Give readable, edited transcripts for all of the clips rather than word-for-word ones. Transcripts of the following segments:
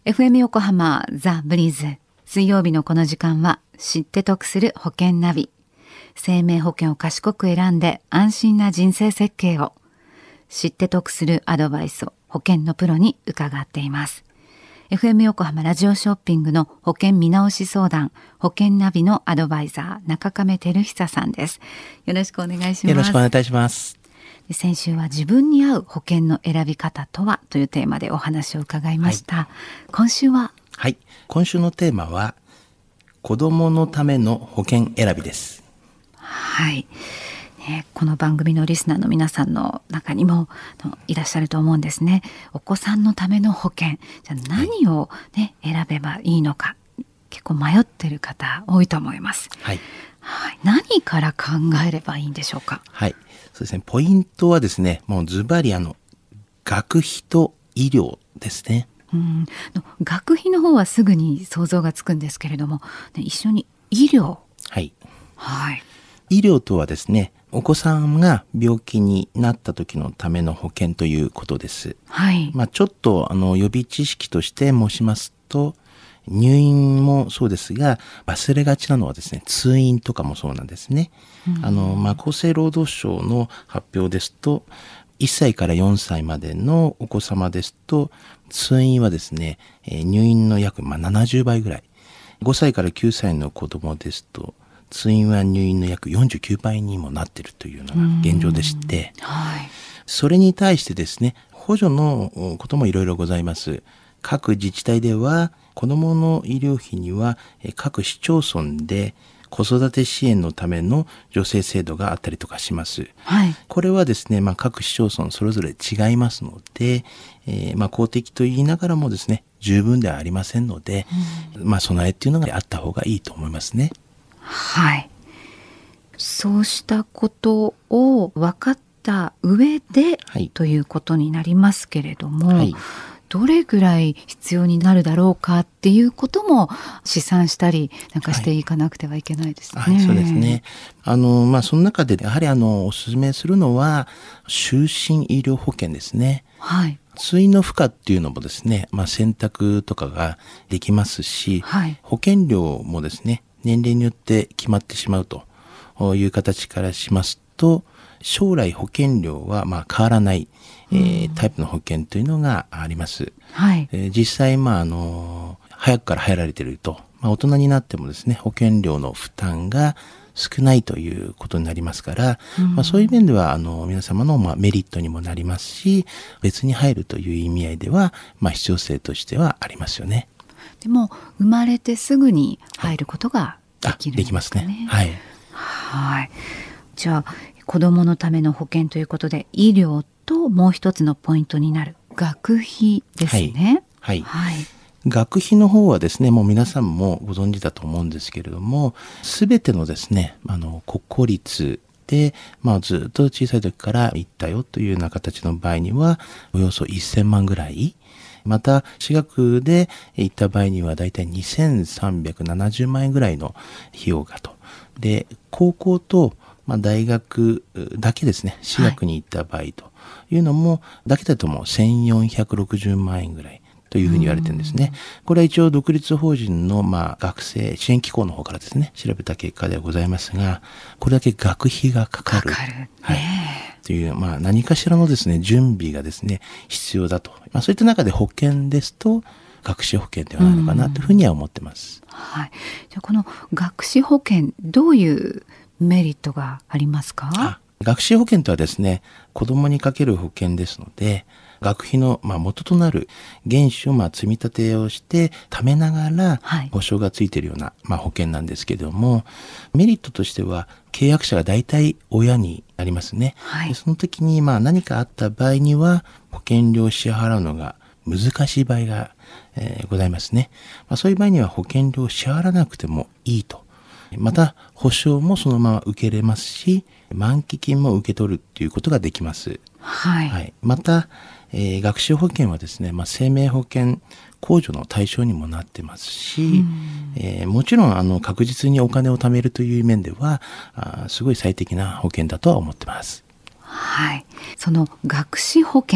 FM 横浜ザ・ブリーズ。水曜日のこの時間は知って得する保険ナビ。生命保険を賢く選んで安心な人生設計を。知って得するアドバイスを保険のプロに伺っています。FM 横浜ラジオショッピングの保険見直し相談、保険ナビのアドバイザー、中亀照久さんです。よろしくお願いします。 よろしくお願いいたします。 先週は自分に合う保険の選び方とはというテーマでお話を伺いました。今週は、 今週のテーマは子供のための保険選びです。 この番組のリスナーの皆さんの中にもいらっしゃると思うんですね。お子さんのための保険、じゃあ何を、選べばいいのか、結構迷ってる方多いと思います。何から考えればいいんでしょうか。 そうですね。ポイントはですね、もうズバリ学費と医療ですね。 学費の方はすぐに想像がつくんですけれども、一緒に医療。医療とはですね、お子さんが病気になった時のための保険ということです。ちょっと予備知識として申しますと、入院もそうですが、忘れがちなのはですね、通院とかもそうなんですね。厚生労働省の発表ですと、1歳から4歳までのお子様ですと、通院はですね、入院の約70倍ぐらい。5歳から9歳の子供ですと、通院は入院の約49倍にもなっているというのが現状でして、それに対してですね、補助のこともいろいろございます。各自治体では子どもの医療費には各市町村で子育て支援のための助成制度があったりとかします。これはですね、各市町村それぞれ違いますので、公的と言いながらもですね、十分ではありませんので、備えっていうのがあった方がいいと思いますね。 そうしたことを分かった上で、ということになりますけれども、どれぐらい必要になるだろうかっていうことも試算したりなんかしていかなくてはいけないですね。 そうですね。その中でやはりお勧めするのは就寝医療保険ですね。通院の負荷っていうのもですね、選択とかができますし、保険料もですね、年齢によって決まってしまうという形からしますと、将来保険料は変わらないタイプの保険というのがあります。実際早くから入られていると、大人になってもですね、保険料の負担が少ないということになりますから、そういう面では皆様のメリットにもなりますし、別に入るという意味合いでは必要性としてはありますよね。 でも生まれてすぐに入ることができるんですかね。 できますね。 じゃあ子どものための保険ということで、医療ともう一つのポイントになる学費ですね。 学費の方はですね、もう皆さんもご存知だと思うんですけれども、すべてのですね、国公立で、ずっと小さい時から行ったよというような形の場合には、およそ1000万ぐらい。また、私学で行った場合にはだいたい2370万円ぐらいの費用がと。で、高校と大学だけですね、私学に行った場合というのも、だけだともう1460万円ぐらいというふうに言われてるんですね。これは一応独立法人の学生支援機構の方からですね、調べた結果ではございますが、これだけ学費がかかる。という、何かしらのですね、準備がですね、必要だと。そういった中で保険ですと、学資保険ではないのかなというふうには思ってます。 じゃあこの学資保険、どういうメリットがありますか？ 学資保険とはですね、子供にかける保険ですので、学費の元となる原資を積み立てをして貯めながら保証がついているような保険なんですけれども、メリットとしては契約者が大体親になりますね。でその時に何かあった場合には保険料を支払うのが難しい場合が、ございますね。そういう場合には保険料を支払わなくてもいいと。また保証もそのまま受けれますし、満期金も受け取るっていうことができます。また、学資保険はですね、生命保険控除の対象にもなってますし、もちろん確実にお金を貯めるという面ではすごい最適な保険だとは思ってます。 その学資保険、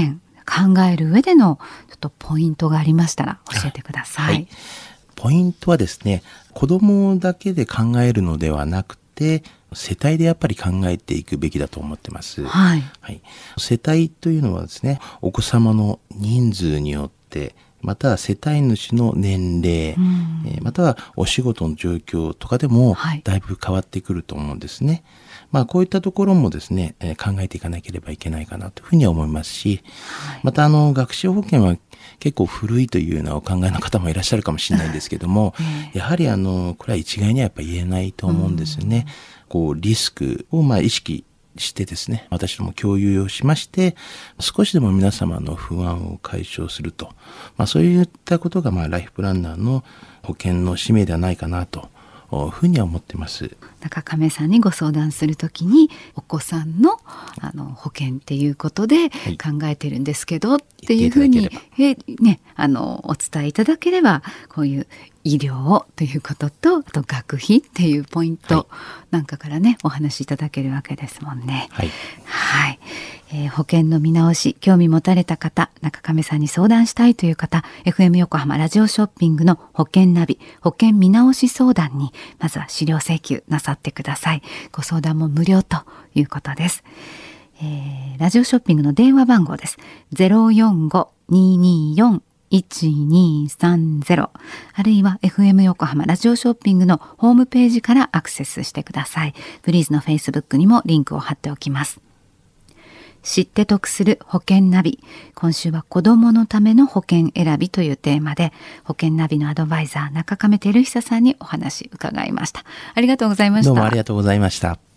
考える上でのちょっとポイントがありましたら教えてください。はい、 ポイントはですね、子供だけで考えるのではなくて、世帯でやっぱり考えていくべきだと思ってます。 はい。 はい。世帯というのはですね、お子様の人数によって、または世帯主の年齢、またはお仕事の状況とかでもだいぶ変わってくると思うんですね。まあこういったところもですね、考えていかなければいけないかなというふうには思いますし、また学資保険は結構古いというようなお考えの方もいらっしゃるかもしれないんですけども、やはりこれは一概にはやっぱ言えないと思うんですよね。こうリスクを意識してですね、私ども共有をしまして、少しでも皆様の不安を解消すると、そういったことがライフプランナーの保険の使命ではないかなというふうには思っています。 中亀さんにご相談するときに、お子さんの保険っていうことで考えてるんですけど、っていうふうにお伝えいただければ、こういう医療ということと、あと学費っていうポイントなんかからね、お話しいただけるわけですもんね。 はい。 はい。保険の見直し、興味持たれた方、中亀さんに相談したいという方、FM 横浜ラジオショッピングの保険ナビ、保険見直し相談に、まずは資料請求なさってください。ご相談も無料ということです。ラジオショッピングの電話番号です。045-224-1230、あるいは FM 横浜ラジオショッピングのホームページからアクセスしてください。ブリーズの Facebook にもリンクを貼っておきます。知って得する保険ナビ。今週は子供のための保険選びというテーマで、保険ナビのアドバイザー中亀照久さんにお話伺いました。ありがとうございました。 どうもありがとうございました。